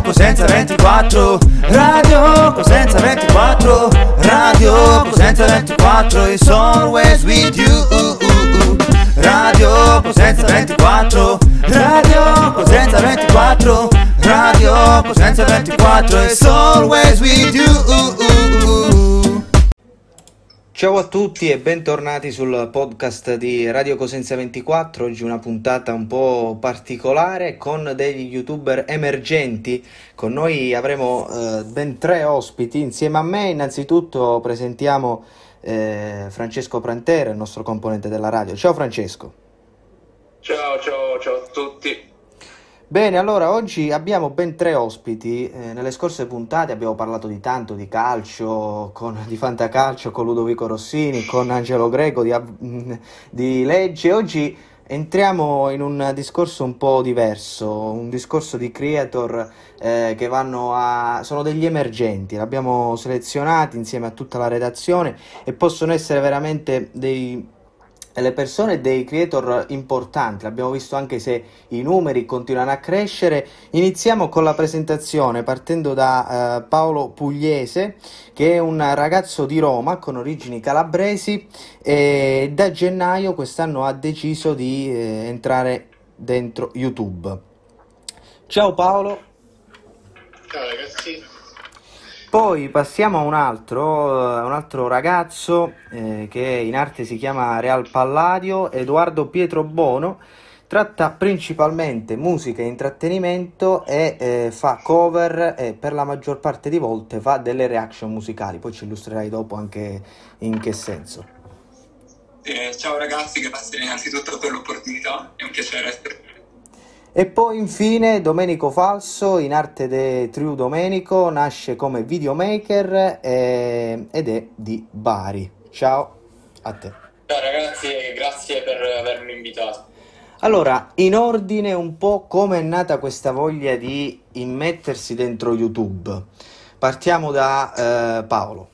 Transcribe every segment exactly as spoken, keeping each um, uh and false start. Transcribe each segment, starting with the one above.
Cosenza ventiquattro, Radio Cosenza ventiquattro, Radio Cosenza ventiquattro is always with you. Radio Cosenza ventiquattro, Radio Cosenza ventiquattro, Radio Cosenza ventiquattro is always with you. Ciao a tutti e bentornati sul podcast di Radio Cosenza ventiquattro. Oggi una puntata un po' particolare con degli youtuber emergenti. Con noi avremo eh, ben tre ospiti insieme a me. Innanzitutto presentiamo eh, Francesco Prantera, il nostro componente della radio. Ciao Francesco. Ciao, ciao, ciao a tutti. Bene, allora oggi abbiamo ben tre ospiti. Eh, nelle scorse puntate abbiamo parlato di tanto, di calcio, con, di fantacalcio con Ludovico Rossini, con Angelo Greco, di, di legge. Oggi entriamo in un discorso un po' diverso, un discorso di creator eh, che vanno a... sono degli emergenti, li abbiamo selezionati insieme a tutta la redazione e possono essere veramente dei... le persone dei creator importanti. L'abbiamo visto anche se i numeri continuano a crescere. Iniziamo con la presentazione partendo da eh, Paolo Pugliese, che è un ragazzo di Roma con origini calabresi e da gennaio quest'anno ha deciso di eh, entrare dentro YouTube. Ciao Paolo. Ciao ragazzi. Poi passiamo a un altro, un altro ragazzo eh, che in arte si chiama Real Palladio, Edoardo Pietro Bono. Tratta principalmente musica e intrattenimento e eh, fa cover e per la maggior parte di volte fa delle reaction musicali. Poi ci illustrerai dopo anche in che senso. Eh, ciao ragazzi, grazie innanzitutto per l'opportunità, è un piacere essere qui. E poi infine Domenico Falso, in arte de True Domenico, nasce come videomaker e, ed è di Bari. Ciao a te. Ciao ragazzi e grazie per avermi invitato. Allora, in ordine un po' come è nata questa voglia di immettersi dentro YouTube. Partiamo da eh, Paolo.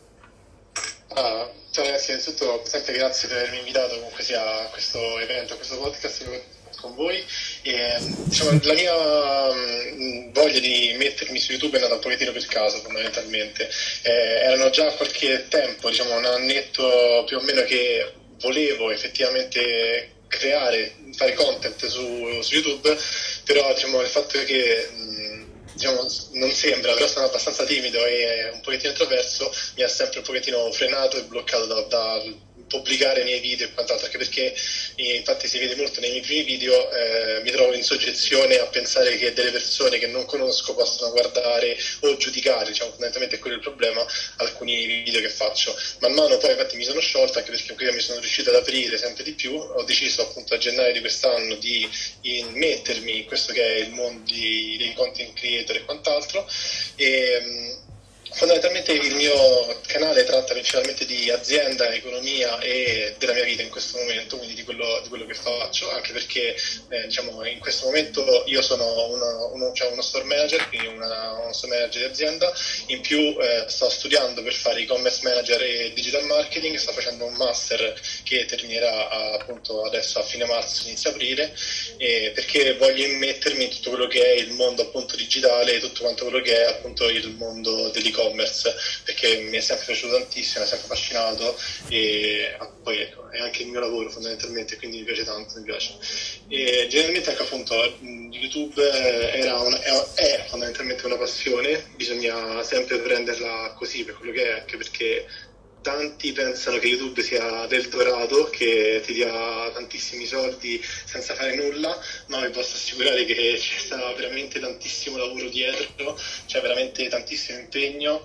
Ah, ciao ragazzi, innanzitutto sempre grazie per avermi invitato comunque sia a questo evento, a questo podcast con voi. E, diciamo, la mia mh, voglia di mettermi su YouTube è nata un pochettino per caso fondamentalmente. Eh, erano già qualche tempo, diciamo un annetto più o meno, che volevo effettivamente creare, fare content su, su YouTube, però diciamo il fatto è che mh, diciamo, non sembra, però sono abbastanza timido e un pochettino introverso, mi ha sempre un pochettino frenato e bloccato da, da pubblicare i miei video e quant'altro, anche perché infatti si vede molto nei miei primi video, eh, mi trovo in soggezione a pensare che delle persone che non conosco possano guardare o giudicare, diciamo fondamentalmente è quello il problema, alcuni video che faccio. Man mano poi infatti mi sono sciolto, anche perché qui mi sono riuscito ad aprire sempre di più, ho deciso appunto a gennaio di quest'anno di immettermi in questo che è il mondo di, dei content creator e quant'altro. E, fondamentalmente il mio canale tratta principalmente di azienda, economia e della mia vita in questo momento, quindi di quello, di quello che faccio, anche perché eh, diciamo, in questo momento io sono uno, uno, cioè uno store manager, quindi una, uno store manager di azienda, in più eh, sto studiando per fare e-commerce manager e digital marketing, sto facendo un master che terminerà a, appunto adesso a fine marzo, inizio aprile, eh, perché voglio immettermi in tutto quello che è il mondo appunto digitale e tutto quanto quello che è appunto il mondo dell'e-commerce, perché mi è sempre piaciuto tantissimo, mi è sempre affascinato e ah, poi ecco, è anche il mio lavoro fondamentalmente, quindi mi piace tanto, mi piace. E generalmente anche appunto YouTube era una, è, è fondamentalmente una passione, bisogna sempre prenderla così per quello che è, anche perché tanti pensano che YouTube sia l'Eldorado, che ti dia tantissimi soldi senza fare nulla, ma vi posso assicurare che c'è sta veramente tantissimo lavoro dietro, c'è veramente tantissimo impegno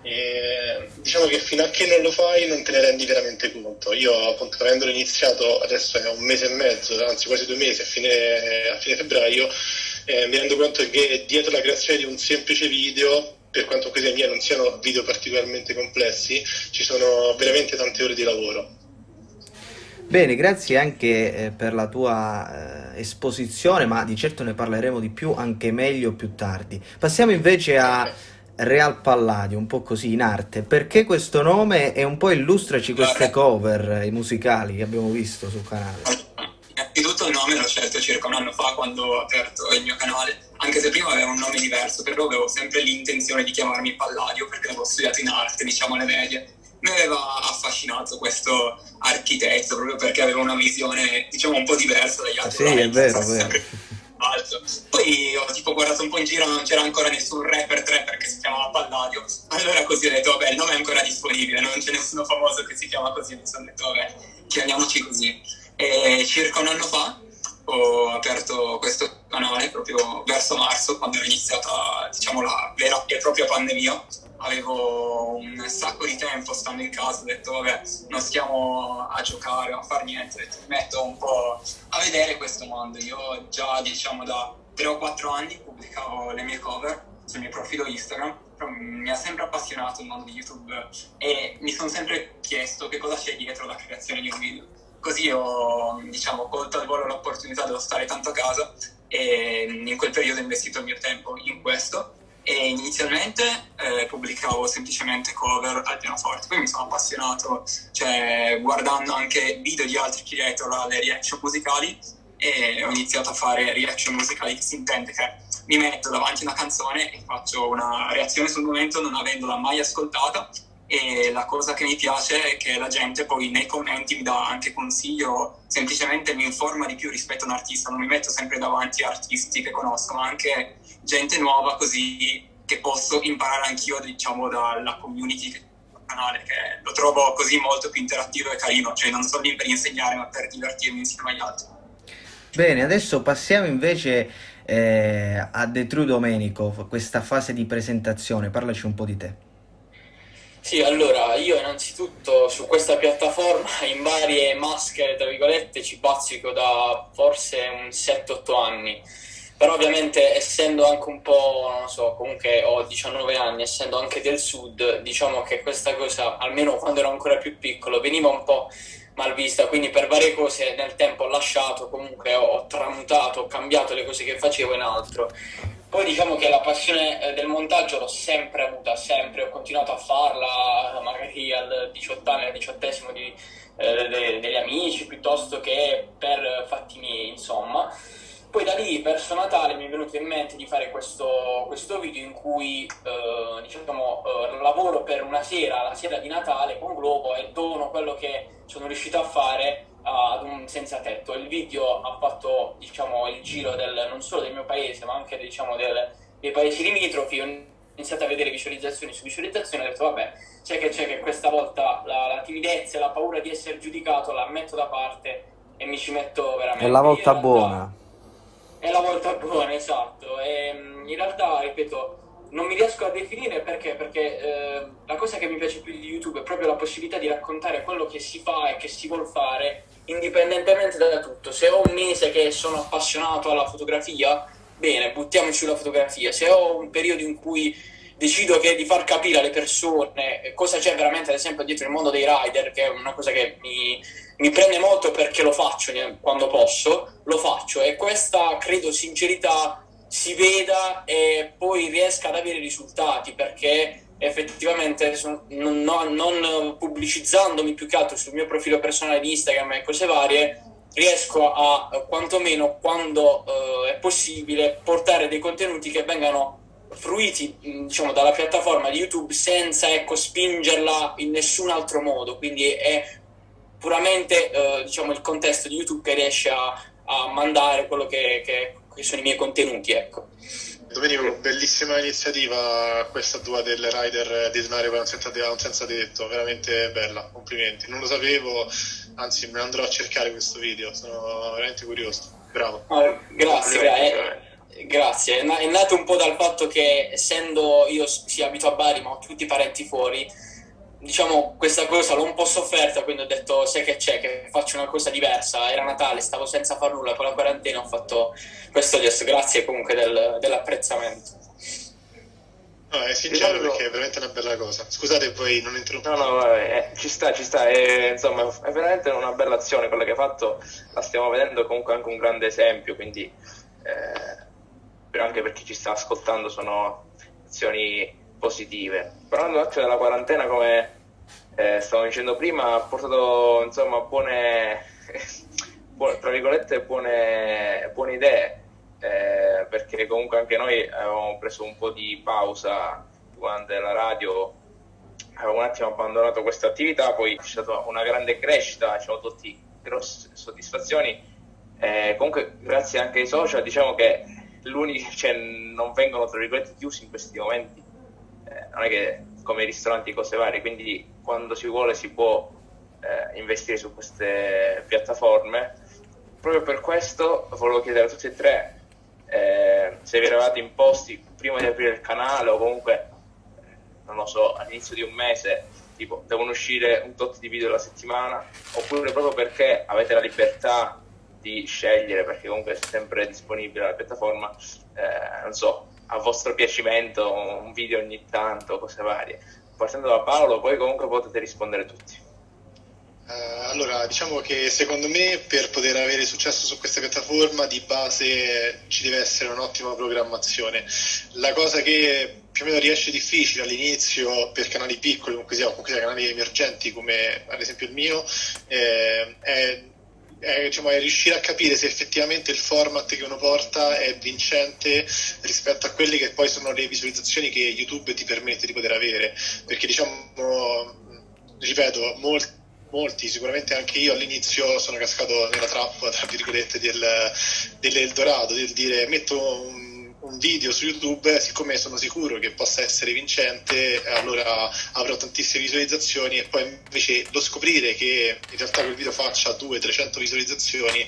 e diciamo che fino a che non lo fai non te ne rendi veramente conto. Io appunto avendolo iniziato adesso è un mese e mezzo, anzi quasi due mesi, a fine, a fine febbraio, eh, mi rendo conto che dietro la creazione di un semplice video, per quanto così mia non siano video particolarmente complessi, ci sono veramente tante ore di lavoro. Bene, grazie anche eh, per la tua eh, esposizione, ma di certo ne parleremo di più anche meglio più tardi. Passiamo invece a Real Palladio, un po' così in arte. Perché questo nome e un po' illustraci queste cover, i musicali che abbiamo visto sul canale? Innanzitutto il nome l'ho scelto circa un anno fa quando ho aperto il mio canale, anche se prima avevo un nome diverso, però avevo sempre l'intenzione di chiamarmi Palladio perché avevo studiato in arte, diciamo alle medie. Mi aveva affascinato questo architetto proprio perché aveva una visione, diciamo, un po' diversa dagli altri. Sì, è vero, è vero. Alto. Poi ho tipo guardato un po' in giro, non c'era ancora nessun rapper trapper che si chiamava Palladio, allora così ho detto vabbè, il nome è ancora disponibile, non c'è nessuno famoso che si chiama così, mi sono detto vabbè, chiamiamoci così. E circa un anno fa ho aperto questo canale proprio verso marzo, quando era iniziata, diciamo, la vera e propria pandemia. Avevo un sacco di tempo stando in casa, ho detto vabbè, non stiamo a giocare, a far niente, ho detto, mi metto un po' a vedere questo mondo. Io già, diciamo, da tre o quattro anni pubblicavo le mie cover sul mio profilo Instagram, però mi ha sempre appassionato il mondo di YouTube e mi sono sempre chiesto che cosa c'è dietro la creazione di un video. Così ho, diciamo, colto al volo l'opportunità dello stare tanto a casa e in quel periodo ho investito il mio tempo in questo. E inizialmente eh, pubblicavo semplicemente cover al pianoforte, poi mi sono appassionato, cioè guardando anche video di altri creator alle reaction musicali, e ho iniziato a fare reaction musicali, che si intende che mi metto davanti a una canzone e faccio una reazione sul momento non avendola mai ascoltata, e la cosa che mi piace è che la gente poi nei commenti mi dà anche consiglio, semplicemente mi informa di più rispetto a un artista, non mi metto sempre davanti a artisti che conosco, ma anche gente nuova, così che posso imparare anch'io, diciamo, dalla community del canale, che lo trovo così molto più interattivo e carino, cioè non sto lì per insegnare ma per divertirmi insieme agli altri. Bene, adesso passiamo invece eh, a The True Domenico, questa fase di presentazione, parlaci un po' di te. Sì, allora, io innanzitutto su questa piattaforma in varie maschere, tra virgolette, ci bazzico da forse un sette otto anni, però ovviamente essendo anche un po', non so, comunque ho diciannove anni, essendo anche del sud, diciamo che questa cosa, almeno quando ero ancora più piccolo, veniva un po' mal vista, quindi per varie cose nel tempo ho lasciato, comunque ho, ho tramutato, ho cambiato le cose che facevo in altro. Poi diciamo che la passione del montaggio l'ho sempre avuta, sempre, ho continuato a farla magari al diciotto anni, al diciottesimo di, eh, de, degli amici, piuttosto che per fatti miei, insomma. Poi da lì, verso Natale, mi è venuto in mente di fare questo, questo video in cui eh, diciamo, eh, lavoro per una sera, la sera di Natale, con Globo, e dono quello che sono riuscito a fare ad un senza tetto. Il video ha fatto, diciamo, il giro del, non solo del mio paese, ma anche, diciamo, del, dei paesi limitrofi. Ho iniziato a vedere visualizzazioni su visualizzazioni e ho detto vabbè, c'è che c'è che questa volta la, la timidezza e la paura di essere giudicato la metto da parte e mi ci metto veramente. È la volta realtà, buona. È la volta buona, esatto. E, in realtà, ripeto, non mi riesco a definire perché, perché eh, la cosa che mi piace più di YouTube è proprio la possibilità di raccontare quello che si fa e che si vuol fare, indipendentemente da tutto. Se ho un mese che sono appassionato alla fotografia, bene, buttiamoci sulla fotografia. Se ho un periodo in cui decido che di far capire alle persone cosa c'è veramente, ad esempio, dietro il mondo dei rider, che è una cosa che mi, mi prende molto perché lo faccio quando posso, lo faccio, e questa, credo, sincerità si veda e poi riesca ad avere risultati, perché effettivamente sono, non, non pubblicizzandomi più che altro sul mio profilo personale di Instagram e cose varie, riesco a, quantomeno quando eh, è possibile, portare dei contenuti che vengano fruiti, diciamo, dalla piattaforma di YouTube senza, ecco, spingerla in nessun altro modo. Quindi è puramente eh, diciamo il contesto di YouTube che riesce a, a mandare quello che, che, che sono i miei contenuti, ecco. Domenico, bellissima iniziativa questa tua del rider di donare per un senza tetto, veramente bella, complimenti. Non lo sapevo, anzi me ne andrò a cercare questo video, sono veramente curioso. Bravo. Oh, grazie, grazie. Grazie, è nato un po' dal fatto che, essendo io sì, abito a Bari ma ho tutti i parenti fuori, diciamo questa cosa l'ho un po' sofferta, quindi ho detto sai che c'è, che faccio una cosa diversa. Era Natale, stavo senza far nulla con la quarantena, ho fatto questo gesto. Grazie comunque del, dell'apprezzamento. No, è sincero, ricordo... perché è veramente una bella cosa. Scusate, poi non interrompo. No, no, vabbè, eh, ci sta, ci sta, è, insomma è veramente una bella azione quella che hai fatto, la stiamo vedendo comunque anche un grande esempio, quindi eh, anche per chi ci sta ascoltando sono azioni positive. Parlando anche della quarantena, come eh, stavo dicendo prima, ha portato insomma buone bu- tra virgolette buone, buone idee, eh, perché comunque anche noi avevamo preso un po' di pausa durante la radio, avevamo un attimo abbandonato questa attività, poi c'è stata una grande crescita, ci siamo tutti grosse soddisfazioni. Eh, comunque grazie anche ai social, diciamo che l'unico, cioè, non vengono tra virgolette chiusi in questi momenti, eh, non è che come i ristoranti e cose varie, quindi quando si vuole si può eh, investire su queste piattaforme. Proprio per questo volevo chiedere a tutti e tre eh, se vi eravate imposti prima di aprire il canale, o comunque non lo so, all'inizio di un mese tipo devono uscire un tot di video alla settimana, oppure proprio perché avete la libertà di scegliere, perché comunque è sempre disponibile la piattaforma, eh, non so, a vostro piacimento, un video ogni tanto, cose varie. Partendo da Paolo, poi comunque potete rispondere tutti. Uh, allora, diciamo che secondo me per poter avere successo su questa piattaforma di base ci deve essere un'ottima programmazione. La cosa che più o meno riesce difficile all'inizio per canali piccoli, comunque sia, comunque sia canali emergenti come ad esempio il mio, eh, è È, diciamo, è riuscire a capire se effettivamente il format che uno porta è vincente rispetto a quelle che poi sono le visualizzazioni che YouTube ti permette di poter avere, perché diciamo, ripeto, molti, molti sicuramente anche io all'inizio sono cascato nella trappola tra virgolette del, dell'Eldorado, del dire metto un un video su YouTube, siccome sono sicuro che possa essere vincente, allora avrò tantissime visualizzazioni, e poi invece lo scoprire che in realtà quel video faccia duecento trecento visualizzazioni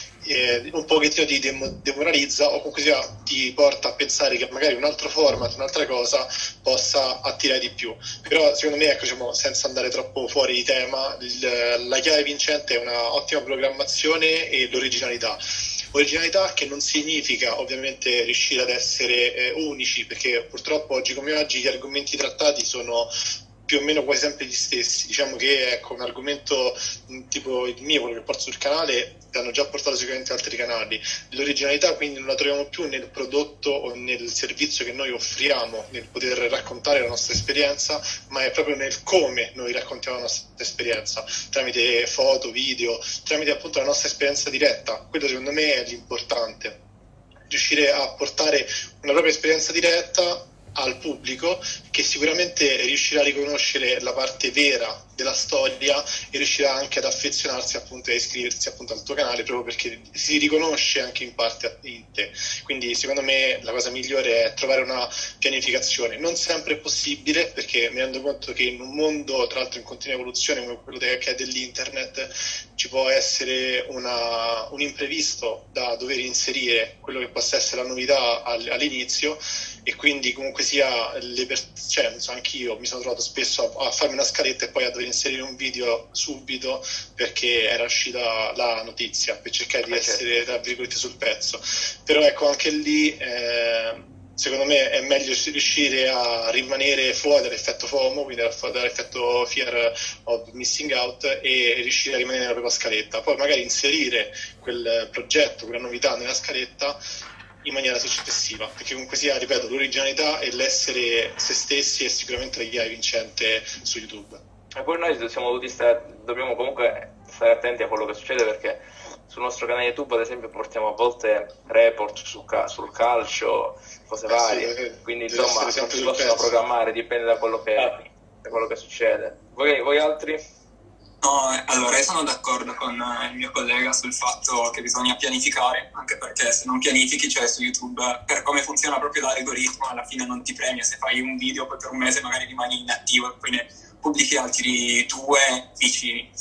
eh, un pochettino ti dem- demoralizza, o comunque sia ti porta a pensare che magari un altro format, un'altra cosa possa attirare di più. Però secondo me, ecco, diciamo, senza andare troppo fuori di tema, il, la chiave vincente è una ottima programmazione e l'originalità. Originalità che non significa ovviamente riuscire ad essere eh, unici, perché purtroppo oggi come oggi gli argomenti trattati sono più o meno quasi sempre gli stessi. Diciamo che ecco, un argomento mh, tipo il mio, quello che porto sul canale, l'hanno già portato sicuramente altri canali. L'originalità quindi non la troviamo più nel prodotto o nel servizio che noi offriamo, nel poter raccontare la nostra esperienza, ma è proprio nel come noi raccontiamo la nostra esperienza, tramite foto, video, tramite appunto la nostra esperienza diretta. Quello secondo me è l'importante, riuscire a portare una propria esperienza diretta al pubblico, che sicuramente riuscirà a riconoscere la parte vera della storia e riuscirà anche ad affezionarsi appunto e a iscriversi appunto al tuo canale, proprio perché si riconosce anche in parte in te. Quindi secondo me la cosa migliore è trovare una pianificazione. Non sempre è possibile, perché mi rendo conto che in un mondo tra l'altro in continua evoluzione come quello che è dell'internet ci può essere una, un imprevisto da dover inserire, quello che possa essere la novità all'inizio, e quindi comunque sia le pers- cioè, non so, anch'io mi sono trovato spesso a, a farmi una scaletta e poi a dover inserire un video subito perché era uscita la notizia, per cercare di essere tra virgolette sul pezzo. Però ecco, anche lì eh, secondo me è meglio riuscire a rimanere fuori dall'effetto FOMO, quindi dall'effetto fear of missing out, e riuscire a rimanere nella propria scaletta, poi magari inserire quel progetto, quella novità nella scaletta in maniera successiva, perché comunque sia, ripeto, l'originalità e l'essere se stessi è sicuramente la chiave vincente su YouTube. E poi noi siamo dovuti stare, dobbiamo comunque stare attenti a quello che succede, perché sul nostro canale YouTube ad esempio portiamo a volte report su ca- sul calcio, cose eh varie, sì, quindi insomma non si possono pezzo. programmare, dipende da quello che, da quello che succede. Voi, voi altri? No, allora io sono d'accordo con il mio collega sul fatto che bisogna pianificare, anche perché se non pianifichi, cioè su YouTube, per come funziona proprio l'algoritmo, alla fine non ti premia. Se fai un video poi per un mese magari rimani inattivo e poi ne pubblichi altri due vicini.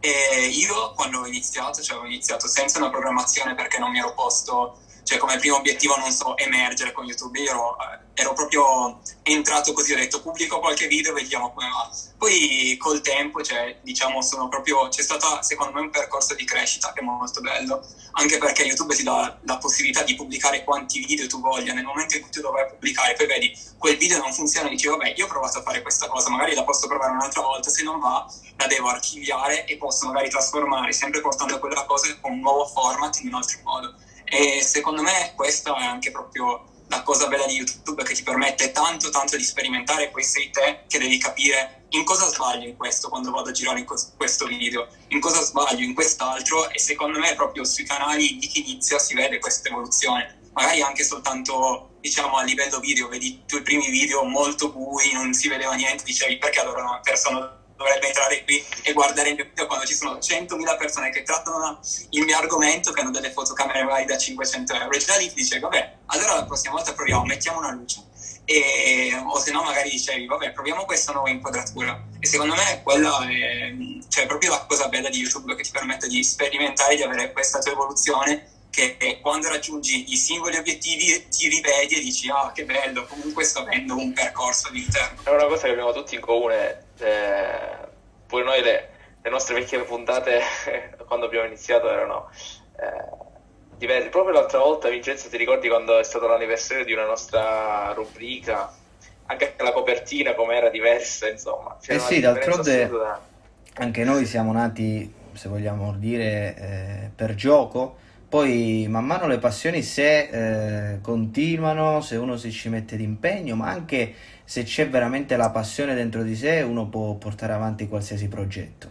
E io quando ho iniziato, cioè ho iniziato senza una programmazione, perché non mi ero posto, cioè come primo obiettivo, non so, emergere con YouTube. Io ero, ero proprio entrato così, ho detto pubblico qualche video e vediamo come va. Poi col tempo, cioè diciamo, sono proprio, c'è stato secondo me un percorso di crescita che è molto bello, anche perché YouTube ti dà la possibilità di pubblicare quanti video tu voglia. Nel momento in cui tu dovrai pubblicare, poi vedi quel video non funziona, dici vabbè, io ho provato a fare questa cosa, magari la posso provare un'altra volta, se non va la devo archiviare e posso magari trasformare, sempre portando quella cosa con un nuovo format in un altro modo. E secondo me questa è anche proprio la cosa cosa bella di YouTube, che ti permette tanto tanto di sperimentare. Poi sei te che devi capire in cosa sbaglio in questo quando vado a girare in questo video, in cosa sbaglio in quest'altro, e secondo me proprio sui canali di chi inizia si vede questa evoluzione. Magari anche soltanto, diciamo, a livello video, vedi i tuoi primi video molto bui, non si vedeva niente, dicevi perché allora una persona dovrebbe entrare qui e guardare il mio video quando ci sono centomila persone che trattano il mio argomento, che hanno delle fotocamere magari da cinquecento euro, e già lì ti dice vabbè, allora la prossima volta proviamo, mettiamo una luce, e, o se no magari dicevi vabbè, proviamo questa nuova inquadratura. E secondo me quella è, cioè, proprio la cosa bella di YouTube, che ti permette di sperimentare, di avere questa tua evoluzione, che quando raggiungi i singoli obiettivi ti rivedi e dici ah, che bello, comunque sto avendo un percorso all'interno. È una cosa che abbiamo tutti in comune, eh, pure noi le, le nostre vecchie puntate quando abbiamo iniziato erano eh, diverse. Proprio l'altra volta, Vincenzo, ti ricordi quando è stato l'anniversario di una nostra rubrica? Anche la copertina come era diversa, insomma. Eh sì, d'altronde anche noi siamo nati, se vogliamo dire, eh, per gioco. Poi man mano le passioni, se eh, continuano, se uno si ci mette d'impegno, ma anche se c'è veramente la passione dentro di sé, uno può portare avanti qualsiasi progetto.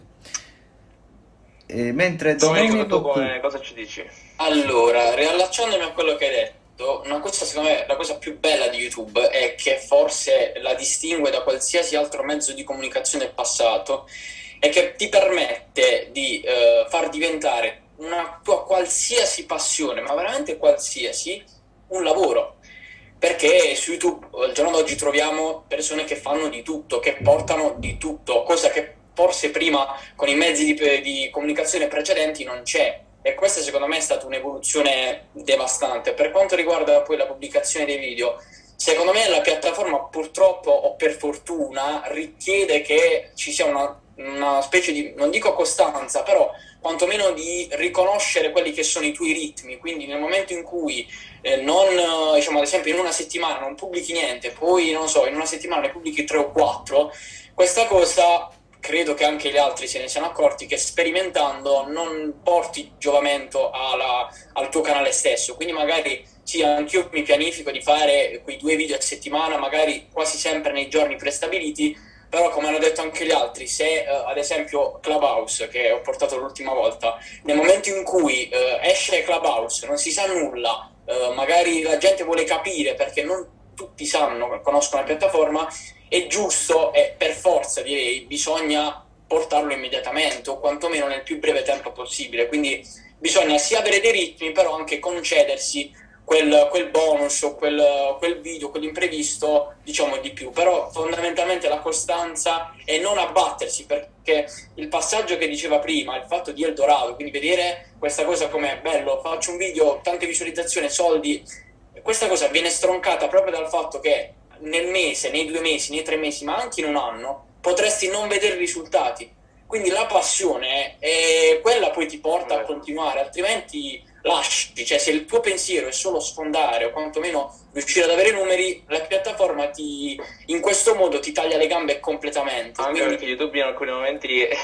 E mentre Domenico, tu come, cosa ci dici? Allora, riallacciandomi a quello che hai detto, una cosa, secondo me, la cosa più bella di YouTube è che forse la distingue da qualsiasi altro mezzo di comunicazione del passato, è che ti permette di eh, far diventare una tua qualsiasi passione, ma veramente qualsiasi, un lavoro. Perché su YouTube al giorno d'oggi troviamo persone che fanno di tutto, che portano di tutto, cosa che forse prima con i mezzi di, di comunicazione precedenti non c'è. E questa secondo me è stata un'evoluzione devastante. Per quanto riguarda poi la pubblicazione dei video, secondo me la piattaforma, purtroppo o per fortuna, richiede che ci sia una, una specie di, non dico costanza, però quantomeno di riconoscere quelli che sono i tuoi ritmi. Quindi nel momento in cui eh, non, diciamo, ad esempio in una settimana non pubblichi niente, poi non so, in una settimana ne pubblichi tre o quattro, questa cosa credo che anche gli altri se ne siano accorti, che sperimentando non porti giovamento alla, al tuo canale stesso. Quindi magari sì, anch'io mi pianifico di fare quei due video a settimana, magari quasi sempre nei giorni prestabiliti, però come hanno detto anche gli altri, se uh, ad esempio Clubhouse, che ho portato l'ultima volta, nel momento in cui uh, esce Clubhouse, non si sa nulla, uh, magari la gente vuole capire perché non tutti sanno, conoscono la piattaforma, è giusto e per forza direi bisogna portarlo immediatamente o quantomeno nel più breve tempo possibile. Quindi bisogna sia avere dei ritmi, però anche concedersi Quel, quel bonus o quel, quel video, quell'imprevisto, diciamo di più. Però fondamentalmente la costanza e non abbattersi, perché il passaggio che diceva prima, il fatto di Eldorado, quindi vedere questa cosa come bello, faccio un video, tante visualizzazioni, soldi, questa cosa viene stroncata proprio dal fatto che nel mese, nei due mesi, nei tre mesi, ma anche in un anno, potresti non vedere risultati. Quindi la passione è quella, poi ti porta a continuare, altrimenti lasci. Cioè, se il tuo pensiero è solo sfondare o quantomeno riuscire ad avere numeri, la piattaforma ti, in questo modo ti taglia le gambe completamente. Anche Quindi... perché YouTube in alcuni momenti è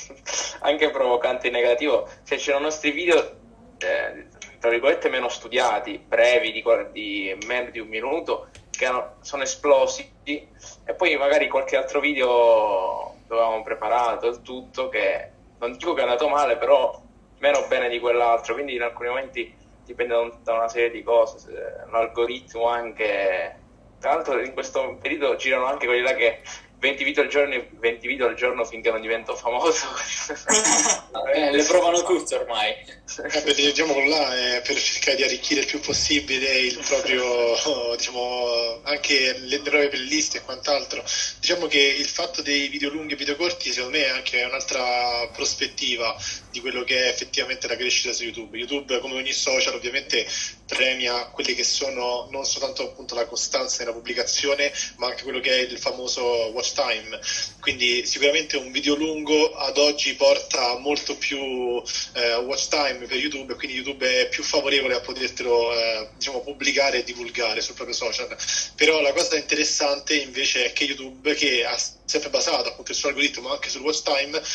anche provocante e negativo. Cioè, c'erano nostri video eh, tra virgolette meno studiati, brevi, di, di meno di un minuto, che hanno, sono esplosi, e poi magari qualche altro video dove avevamo preparato il tutto, che non dico che è andato male, però meno bene di quell'altro. Quindi in alcuni momenti dipende da una serie di cose, l'algoritmo anche. Tra l'altro in questo periodo girano anche quelli là che venti video al giorno, venti video al giorno finché non divento famoso. eh, le provano tutte ormai. Eh, diciamo là è per cercare di arricchire il più possibile il proprio, diciamo, anche le proprie playlist e quant'altro. Diciamo che il fatto dei video lunghi e video corti secondo me è anche un'altra prospettiva di quello che è effettivamente la crescita su YouTube. YouTube, come ogni social, ovviamente premia quelle che sono non soltanto appunto la costanza nella pubblicazione, ma anche quello che è il famoso watch time. Quindi sicuramente un video lungo ad oggi porta molto più eh, watch time per YouTube, e quindi YouTube è più favorevole a potertelo eh, diciamo pubblicare e divulgare sul proprio social. Però la cosa interessante invece è che YouTube, che ha sempre basato appunto il suo algoritmo anche sul watch time,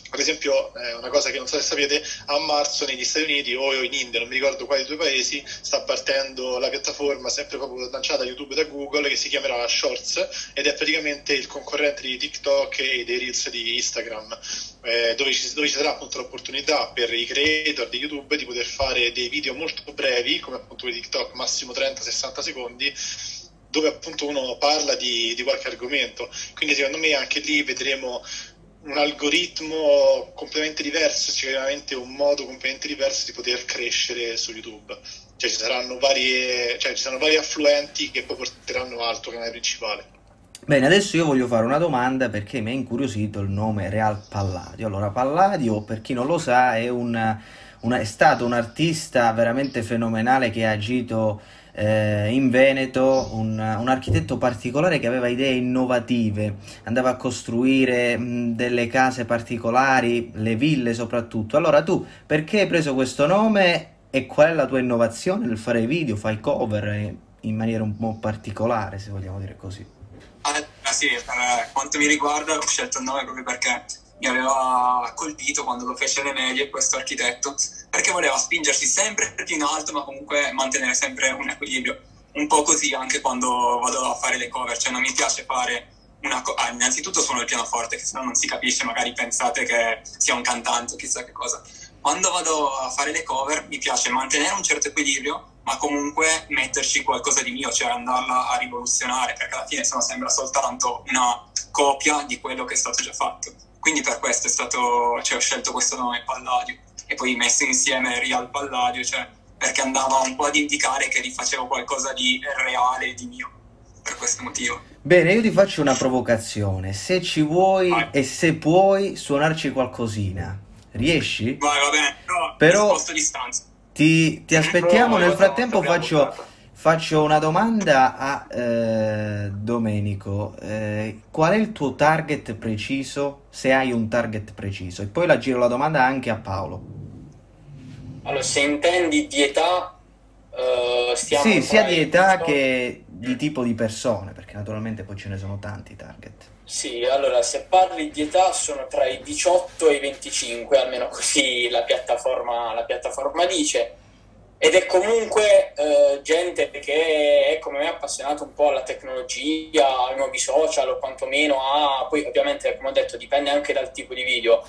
ad esempio, eh, una cosa che non so se sapete, a marzo negli Stati Uniti o in India, non mi ricordo quali due paesi, sta partendo la piattaforma sempre proprio lanciata YouTube da Google che si chiamerà Shorts ed è praticamente il concorrente di TikTok e dei Reels di Instagram, eh, dove, ci, dove ci sarà appunto l'opportunità per i creator di YouTube di poter fare dei video molto brevi, come appunto di TikTok, massimo trenta sessanta secondi, dove appunto uno parla di, di qualche argomento. Quindi secondo me anche lì vedremo un algoritmo completamente diverso, sicuramente un modo completamente diverso di poter crescere su YouTube. Cioè ci saranno varie, cioè ci saranno vari affluenti che poi porteranno al tuo canale principale. Bene, adesso io voglio fare una domanda perché mi ha incuriosito il nome Real Palladio. Allora, Palladio, per chi non lo sa, è, un, una, è stato un artista veramente fenomenale che ha agito eh, in Veneto, un, un architetto particolare che aveva idee innovative, andava a costruire mh, delle case particolari, le ville soprattutto. Allora tu, perché hai preso questo nome e qual è la tua innovazione nel fare video? Fai cover in maniera un po' particolare, se vogliamo dire così. Ah, sì, per quanto mi riguarda ho scelto il nome proprio perché mi aveva colpito quando lo fece alle medie questo architetto, perché voleva spingersi sempre più in alto ma comunque mantenere sempre un equilibrio, un po' così anche quando vado a fare le cover, cioè non mi piace fare una co- ah, innanzitutto suono il pianoforte, che se no non si capisce, magari pensate che sia un cantante o chissà che cosa. Quando vado a fare le cover mi piace mantenere un certo equilibrio ma comunque metterci qualcosa di mio, cioè andarla a rivoluzionare, perché alla fine se no sembra soltanto una copia di quello che è stato già fatto. Quindi per questo è stato, cioè ho scelto questo nome Palladio e poi messo insieme Real Palladio, cioè perché andava un po' ad indicare che rifacevo qualcosa di reale, di mio, per questo motivo. Bene, io ti faccio una provocazione, se ci vuoi Vai. e se puoi suonarci qualcosina, riesci? Vai, va bene, però, Però- mi sposto distanza. Ti, ti aspettiamo, Prova, nel io frattempo abbiamo faccio, buttata. faccio una domanda a eh, Domenico. Eh, qual è il tuo target preciso, se hai un target preciso? E poi la giro la domanda anche a Paolo. Allora, se intendi di età, eh, stiamo Sì, sia tra di i età diciotto che di tipo di persone, perché naturalmente poi ce ne sono tanti target. Sì, allora se parli di età sono tra i diciotto e i venticinque, almeno così la piattaforma, la piattaforma dice, ed è comunque eh, gente che è come me appassionata un po' alla tecnologia, ai nuovi social o quantomeno a, poi ovviamente come ho detto dipende anche dal tipo di video,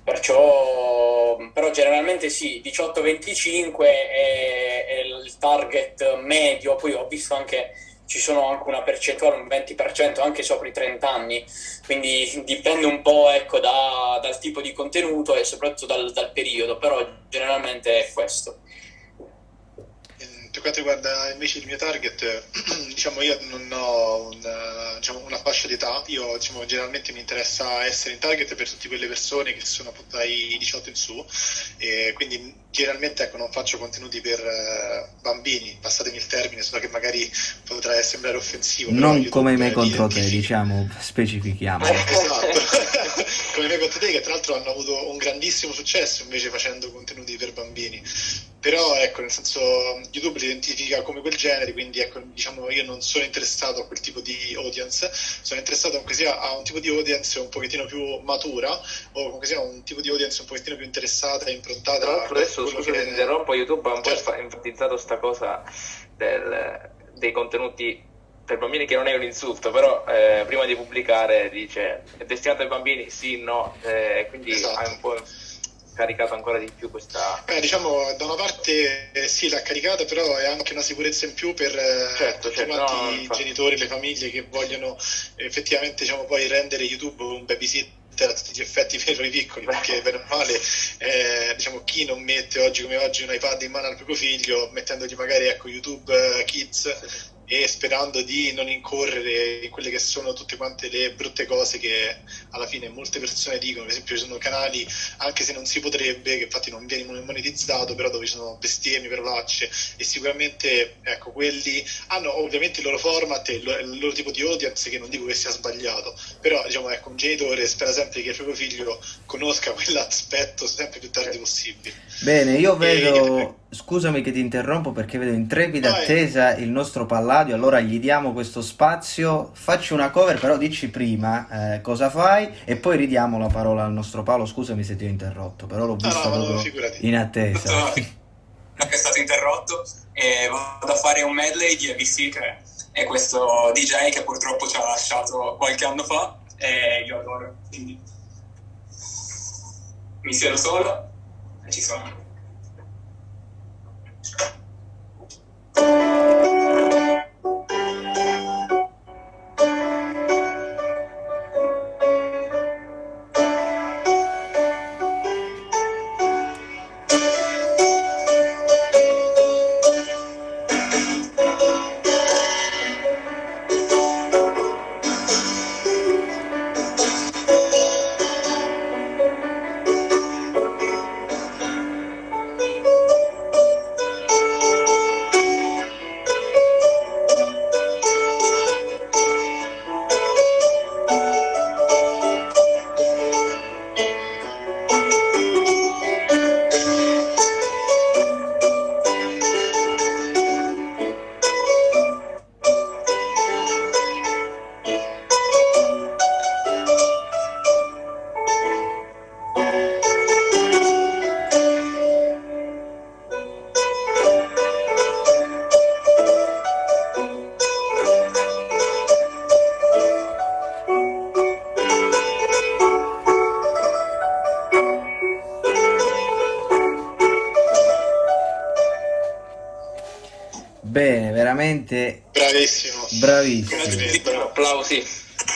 perciò però generalmente sì, diciotto venticinque è, è il target medio, poi ho visto anche ci sono anche una percentuale, un venti per cento anche sopra i trenta anni, quindi dipende un po' ecco, da, dal tipo di contenuto e soprattutto dal, dal periodo, però generalmente è questo. Per quanto riguarda invece il mio target, diciamo io non ho una, diciamo, una fascia d'età, io diciamo, generalmente mi interessa essere in target per tutte quelle persone che sono appunto dai diciotto in su, e quindi generalmente ecco, non faccio contenuti per uh, bambini, passatemi il termine, so che magari potrà sembrare offensivo. Però Non YouTube come me contro te, identifica- diciamo, specifichiamo. Esatto, come me contro te, che tra l'altro hanno avuto un grandissimo successo invece facendo contenuti per bambini. Però ecco, nel senso, YouTube li identifica come quel genere, quindi ecco, diciamo, io non sono interessato a quel tipo di audience, sono interessato comunque sia a un tipo di audience un pochettino più matura, o comunque sia un tipo di audience un pochettino più interessata e improntata. Tra l'altro adesso, quello scusa che- se ti interrompo, YouTube ha un po' Certo. enfa- enfatizzato sta cosa del- dei contenuti per bambini, che non è un insulto, però eh, prima di pubblicare dice è destinato ai bambini, sì, no, eh, quindi Esatto. hai un po' caricato ancora di più questa... Beh, diciamo, da una parte eh, sì, l'ha caricata, però è anche una sicurezza in più per eh, Certo, tutti certo, quanti no, i infatti. genitori, le famiglie che vogliono effettivamente diciamo, poi rendere YouTube un babysitter a tutti gli effetti per i piccoli, perché bene o male eh, diciamo, chi non mette oggi come oggi un iPad in mano al proprio figlio, mettendogli magari ecco, YouTube eh, Kids e sperando di non incorrere in quelle che sono tutte quante le brutte cose che alla fine molte persone dicono. Per esempio ci sono canali, anche se non si potrebbe, che infatti non viene monetizzato, però dove ci sono bestemmie, parolacce, e sicuramente ecco, quelli hanno ovviamente il loro format e il loro, il loro tipo di audience, che non dico che sia sbagliato, però diciamo ecco, un genitore spera sempre che il proprio figlio conosca quell'aspetto sempre più tardi possibile. Bene, io vedo, scusami che ti interrompo perché vedo in trepida Vai. attesa il nostro Palladio, allora gli diamo questo spazio. Facci una cover, però dici prima eh, cosa fai e poi ridiamo la parola al nostro Paolo. Scusami se ti ho interrotto, però l'ho No, visto no, no, proprio figurati. in attesa. che è stato interrotto, e vado a fare un medley di A B C, che è questo D J che purtroppo ci ha lasciato qualche anno fa e io adoro, quindi mi siedo solo e ci sono. Bene, veramente Bravissimo. bravissimo. Grazie. Bravo, applausi.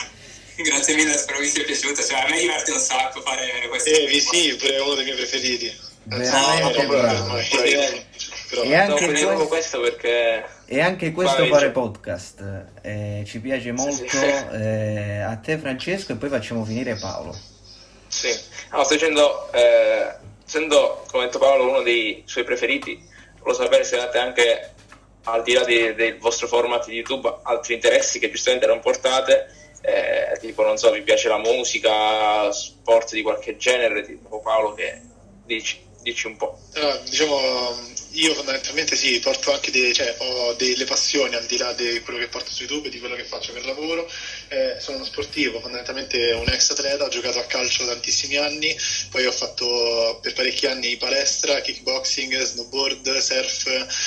Grazie mille, spero vi sia piaciuta, cioè a me diverte un sacco fare questo. Eh, vi sì, pure è uno dei miei preferiti. Veramente No, bravo. ormai. Però- E Stavo anche facendo questo, questo perché e anche questo Vai, fare dice. podcast eh, ci piace molto. sì. eh, a te Francesco e poi facciamo finire Paolo. sì. No, sto dicendo, eh, essendo, come ha detto Paolo, uno dei suoi preferiti, volevo sapere se avete anche, al di là di- del vostro format di YouTube, altri interessi che giustamente non portate, eh, tipo, non so, vi piace la musica, sport di qualche genere, tipo Paolo, che dici, dici un po'. Allora, diciamo, io fondamentalmente sì, porto anche dei, cioè, ho delle passioni al di là di quello che porto su YouTube e di quello che faccio per lavoro. Eh, sono uno sportivo, fondamentalmente un ex atleta, ho giocato a calcio tantissimi anni, poi ho fatto per parecchi anni palestra, kickboxing, snowboard, surf,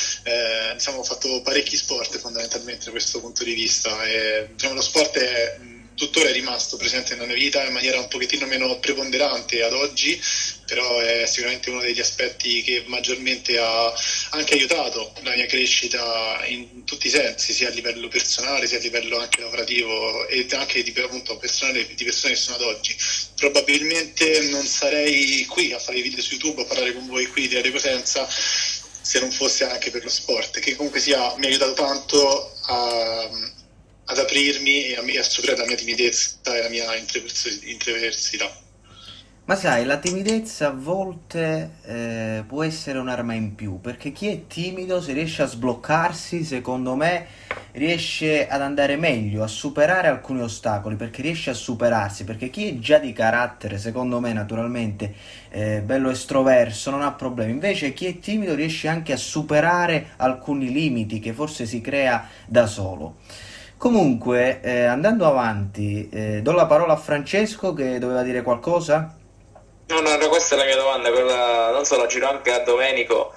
eh, diciamo, ho fatto parecchi sport fondamentalmente da questo punto di vista. E, diciamo, lo sport è tuttora è rimasto presente nella mia vita in maniera un pochettino meno preponderante ad oggi, però è sicuramente uno degli aspetti che maggiormente ha anche aiutato la mia crescita in tutti i sensi, sia a livello personale, sia a livello anche lavorativo e anche di, appunto, personale, di persone che sono ad oggi. Probabilmente non sarei qui a fare video su YouTube, a parlare con voi qui di Radio Cosenza, se non fosse anche per lo sport, che comunque sia, mi ha aiutato tanto a, ad aprirmi e a, a superare la mia timidezza e la mia intraversi- intraversità. Ma sai, la timidezza a volte eh, può essere un'arma in più, perché chi è timido, se riesce a sbloccarsi, secondo me, riesce ad andare meglio, a superare alcuni ostacoli, perché riesce a superarsi, perché chi è già di carattere, secondo me, naturalmente, eh, bello estroverso, non ha problemi. Invece chi è timido riesce anche a superare alcuni limiti che forse si crea da solo. Comunque, eh, andando avanti, eh, do la parola a Francesco che doveva dire qualcosa. No, no, no, questa è la mia domanda, quella, non so, la giro anche a Domenico,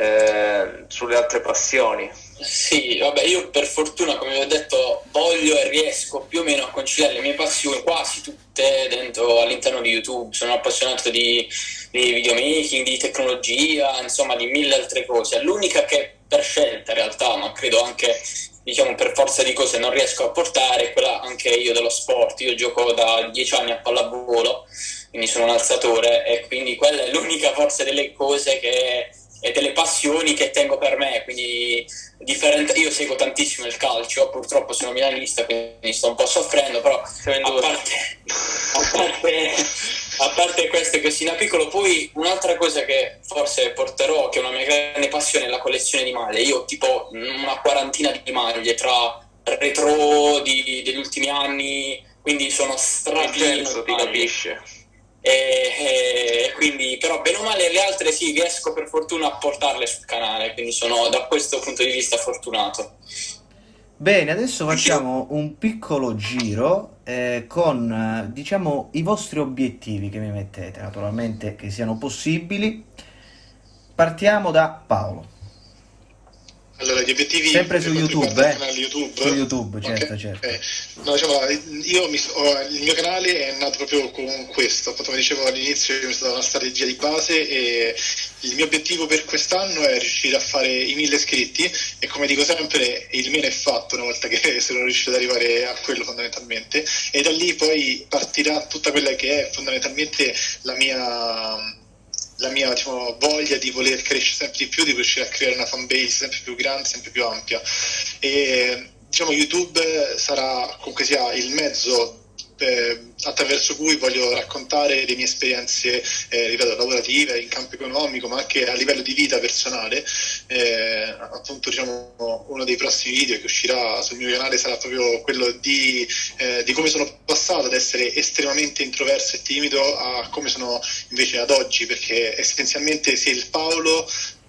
eh, sulle altre passioni. Sì, vabbè, io per fortuna, come vi ho detto, voglio e riesco più o meno a conciliare le mie passioni, quasi tutte, dentro all'interno di YouTube. Sono appassionato di, di videomaking, di tecnologia, insomma, di mille altre cose. L'unica che per scelta, in realtà, ma credo anche, diciamo, per forza di cose non riesco a portare, è quella anche io dello sport. Io gioco da dieci anni a pallavolo, quindi sono un alzatore, e quindi quella è l'unica forse delle cose che e delle passioni che tengo per me, quindi differente. Io seguo tantissimo il calcio, purtroppo sono milanista, quindi sto un po' soffrendo, però a parte, a parte, a parte questo, che sin da piccolo. Poi un'altra cosa che forse porterò, che è una mia grande passione, è la collezione di maglie. Io ho tipo una quarantina di maglie tra retro di, degli ultimi anni, quindi sono strapieno Vincenzo, di ti maglie. capisce. e, e quindi però bene o male le altre sì, riesco per fortuna a portarle sul canale, quindi sono da questo punto di vista fortunato. Bene, adesso facciamo un piccolo giro eh, con, eh, diciamo, i vostri obiettivi che mi mettete, naturalmente che siano possibili. Partiamo da Paolo. Allora, gli obiettivi Sempre su per quanto YouTube, riguarda eh? il canale YouTube. Su YouTube, certo, Ok, certo. ok. No, diciamo, io mi, ho, il mio canale è nato proprio con questo, appunto, come dicevo all'inizio, io mi sono dato una strategia di base e il mio obiettivo per quest'anno è riuscire a fare i mille iscritti e come dico sempre, il meno è fatto una volta che sono riuscito ad arrivare a quello fondamentalmente e da lì poi partirà tutta quella che è fondamentalmente la mia... la mia diciamo, voglia di voler crescere sempre di più, di riuscire a creare una fanbase sempre più grande, sempre più ampia. E diciamo YouTube sarà comunque sia il mezzo eh, attraverso cui voglio raccontare le mie esperienze eh, ripeto, lavorative, in campo economico, ma anche a livello di vita personale. Eh, appunto diciamo uno dei prossimi video che uscirà sul mio canale sarà proprio quello di, eh, di come sono passato ad essere estremamente introverso e timido a come sono invece ad oggi, perché essenzialmente se il Paolo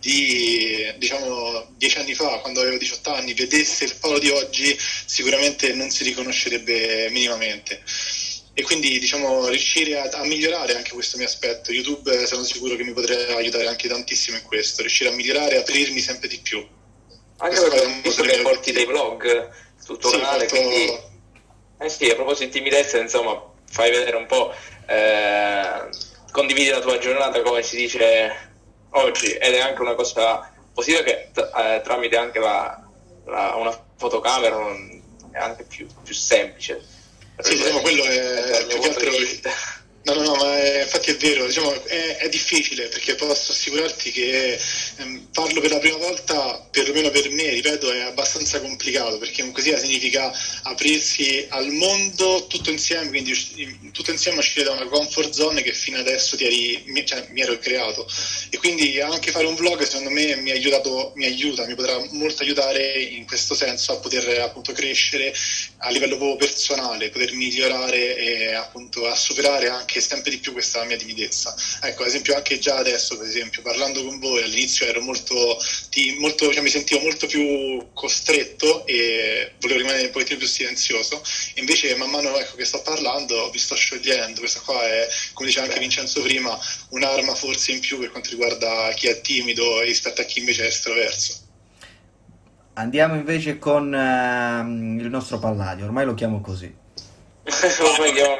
di diciamo dieci anni fa, quando avevo diciotto anni, vedesse il Paolo di oggi, sicuramente non si riconoscerebbe minimamente. E quindi diciamo riuscire a, a migliorare anche questo mio aspetto. YouTube sono sicuro che mi potrebbe aiutare anche tantissimo in questo, riuscire a migliorare e aprirmi sempre di più. Anche Questo perché è ho un visto dei che miei porti dei obiettivi. vlog sul tuo Sì, canale, porto- quindi eh sì, a proposito di timidezza, insomma, fai vedere un po', eh, condividi la tua giornata come si dice oggi, ed è anche una cosa positiva che t- eh, tramite anche la, la- una fotocamera non- è anche più, più semplice. Sì, diciamo, quello è dal mio più che punto di altro. vista. No, no, no, ma è- infatti è vero, diciamo, è, è difficile perché posso assicurarti che ehm, farlo per la prima volta, perlomeno per me, ripeto, è abbastanza complicato perché comunque sia significa aprirsi al mondo tutto insieme, quindi usci- tutto insieme uscire da una comfort zone che fino adesso ti eri, mi, cioè, mi ero creato e quindi anche fare un vlog secondo me mi ha aiutato, mi aiuta, mi potrà molto aiutare in questo senso a poter appunto crescere a livello proprio personale, poter migliorare e appunto a superare anche sempre di più questa mia timidezza. Ecco, ad esempio anche già adesso, per esempio, parlando con voi all'inizio ero molto, ti, molto cioè, mi sentivo molto più costretto e volevo rimanere un pochettino più silenzioso, e invece man mano ecco, che sto parlando vi sto sciogliendo. Questa qua è, come diceva anche Vincenzo prima, un'arma forse in più per quanto riguarda chi è timido rispetto a chi invece è estroverso. Andiamo invece con ehm, il nostro Palladio, ormai lo chiamo così. Ormai io-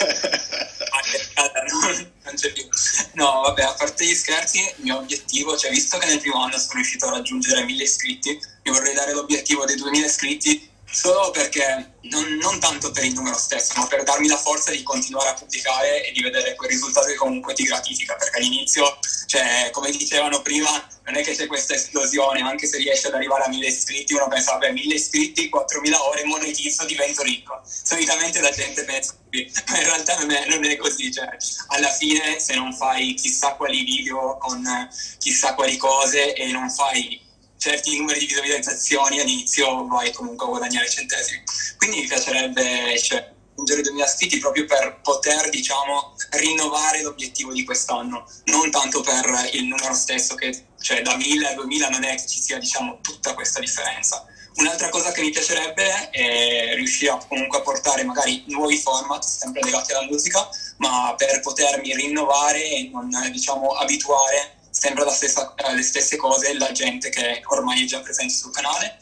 Non c'è più. No, vabbè, a parte gli scherzi, il mio obiettivo, cioè visto che nel primo anno sono riuscito a raggiungere mille iscritti, mi vorrei dare l'obiettivo dei duemila iscritti solo perché, non, non tanto per il numero stesso, ma per darmi la forza di continuare a pubblicare e di vedere quel risultato che comunque ti gratifica, perché all'inizio, cioè, come dicevano prima, non è che c'è questa esplosione, anche se riesci ad arrivare a mille iscritti, uno pensa, vabbè, mille iscritti, quattromila ore, monetizzo, divento ricco. Solitamente la gente pensa così, ma in realtà non è, non è così, cioè, alla fine se non fai chissà quali video con chissà quali cose e non fai certi numeri di visualizzazioni all'inizio vai comunque a guadagnare centesimi. Quindi mi piacerebbe cioè, raggiungere i duemila iscritti proprio per poter, diciamo, rinnovare l'obiettivo di quest'anno, non tanto per il numero stesso, che cioè da mille a duemila non è che ci sia, diciamo, tutta questa differenza. Un'altra cosa che mi piacerebbe è riuscire a, comunque a portare magari nuovi format, sempre legati alla musica, ma per potermi rinnovare e non, diciamo, abituare sempre alla stessa, alle stesse cose la gente che ormai è già presente sul canale,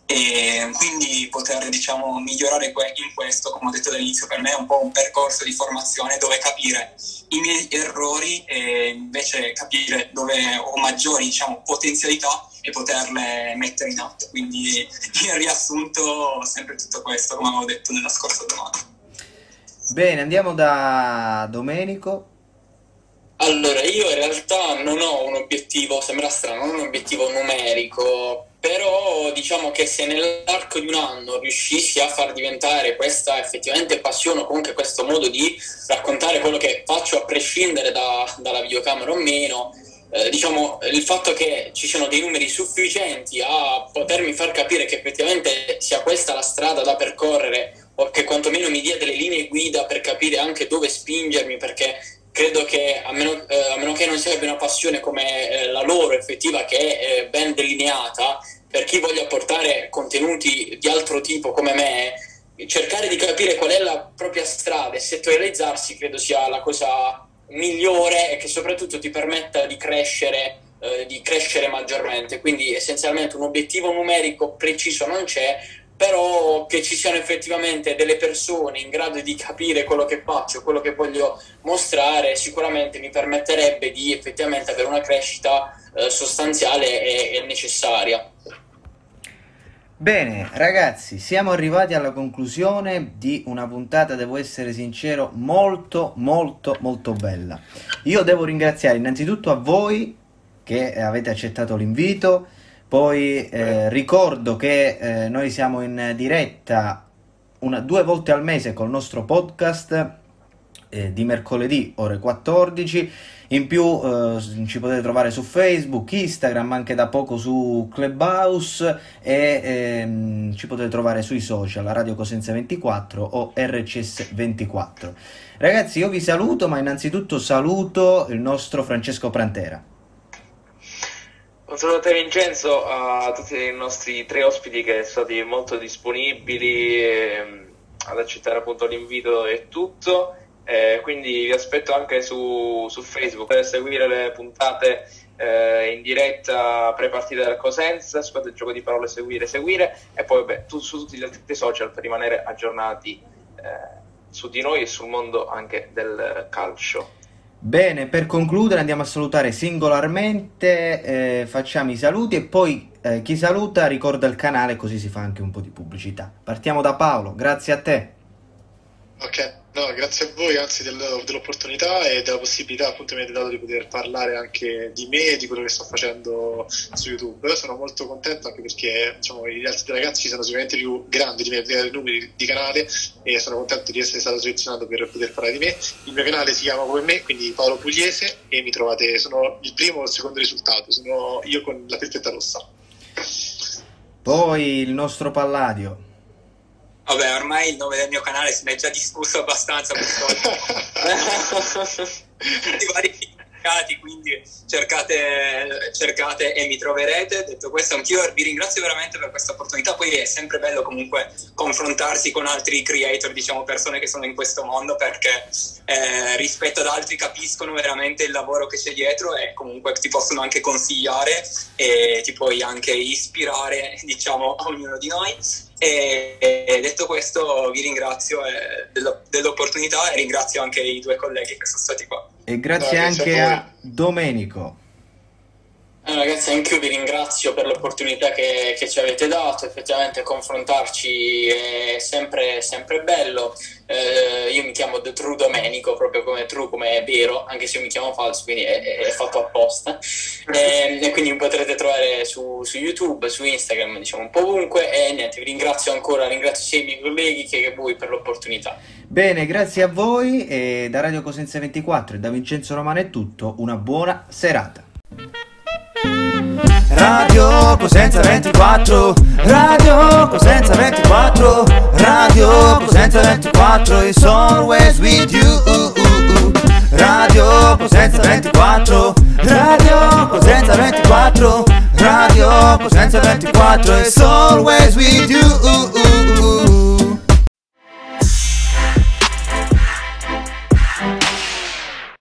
e quindi poter, diciamo, migliorare que- in questo, come ho detto dall'inizio, per me è un po' un percorso di formazione dove capire i miei errori e invece capire dove ho maggiori, diciamo, potenzialità e poterle mettere in atto. Quindi in riassunto sempre tutto questo, come avevo detto nella scorsa domanda. Bene, andiamo da Domenico. Allora, io in realtà non ho un obiettivo, sembra strano, non ho un obiettivo numerico, però diciamo che se nell'arco di un anno riuscissi a far diventare questa effettivamente passione o comunque questo modo di raccontare quello che faccio a prescindere da, dalla videocamera o meno, eh, diciamo il fatto che ci siano dei numeri sufficienti a potermi far capire che effettivamente sia questa la strada da percorrere o che quantomeno mi dia delle linee guida per capire anche dove spingermi, perché credo che a meno, eh, a meno che non si abbia una passione come eh, la loro effettiva, che è eh, ben delineata, per chi voglia portare contenuti di altro tipo come me, cercare di capire qual è la propria strada e settorializzarsi credo sia la cosa migliore e che soprattutto ti permetta di crescere, eh, di crescere maggiormente. Quindi essenzialmente un obiettivo numerico preciso non c'è, però che ci siano effettivamente delle persone in grado di capire quello che faccio, quello che voglio mostrare, sicuramente mi permetterebbe di effettivamente avere una crescita eh, sostanziale e, e necessaria. Bene, ragazzi, siamo arrivati alla conclusione di una puntata, devo essere sincero, molto, molto, molto bella. Io devo ringraziare innanzitutto a voi che avete accettato l'invito. Poi eh, ricordo che eh, noi siamo in diretta una, due volte al mese col nostro podcast eh, di mercoledì ore quattordici. In più eh, ci potete trovare su Facebook, Instagram, anche da poco su Clubhouse e ehm, ci potete trovare sui social, Radio Cosenza ventiquattro o R C S ventiquattro. Ragazzi, io vi saluto, ma innanzitutto saluto il nostro Francesco Prantera. Un saluto a te Vincenzo, a tutti i nostri tre ospiti che sono stati molto disponibili eh, ad accettare appunto l'invito e tutto, eh, quindi vi aspetto anche su, su Facebook per seguire le puntate eh, in diretta pre-partita del Cosenza, squadra il gioco di parole seguire, seguire e poi vabbè, tu, su tutti gli altri social per rimanere aggiornati eh, su di noi e sul mondo anche del calcio. Bene, per concludere andiamo a salutare singolarmente, eh, facciamo i saluti e poi eh, chi saluta ricorda il canale, così si fa anche un po' di pubblicità. Partiamo da Paolo, grazie a te. Ok, no, grazie a voi anzi del, dell'opportunità e della possibilità appunto mi avete dato di poter parlare anche di me e di quello che sto facendo su YouTube. Sono molto contento anche perché diciamo, gli altri ragazzi sono sicuramente più grandi di me, di numeri di canale, e sono contento di essere stato selezionato per poter parlare di me. Il mio canale si chiama come me, quindi Paolo Pugliese, e mi trovate, sono il primo o il secondo risultato, sono io con la felpetta rossa. Poi il nostro Palladio. Vabbè, ormai il nome del mio canale se ne è già discusso abbastanza di vari significati, quindi cercate, cercate e mi troverete. Detto questo, anch'io vi ringrazio veramente per questa opportunità. Poi è sempre bello comunque confrontarsi con altri creator, diciamo persone che sono in questo mondo, perché eh, rispetto ad altri capiscono veramente il lavoro che c'è dietro e comunque ti possono anche consigliare e ti puoi anche ispirare, diciamo, a ognuno di noi. E, e detto questo vi ringrazio eh, dello, dell'opportunità e ringrazio anche i due colleghi che sono stati qua. E grazie no, anche a, a Domenico. Eh, ragazzi, anche io vi ringrazio per l'opportunità che, che ci avete dato. Effettivamente confrontarci è sempre, sempre bello. Eh, io mi chiamo The True Domenico, proprio come True, come è vero, anche se io mi chiamo falso, quindi è, è fatto apposta. E, e quindi mi potrete trovare su, su YouTube, su Instagram, diciamo un po' ovunque. E niente, vi ringrazio ancora, ringrazio sia i miei colleghi che voi per l'opportunità. Bene, grazie a voi e da Radio Cosenza ventiquattro e da Vincenzo Romano è tutto. Una buona serata. Radio Cosenza ventiquattro, Radio Cosenza ventiquattro, Radio Cosenza ventiquattro is always with you. Radio Cosenza ventiquattro, Radio Cosenza ventiquattro, Radio Cosenza ventiquattro is always with you.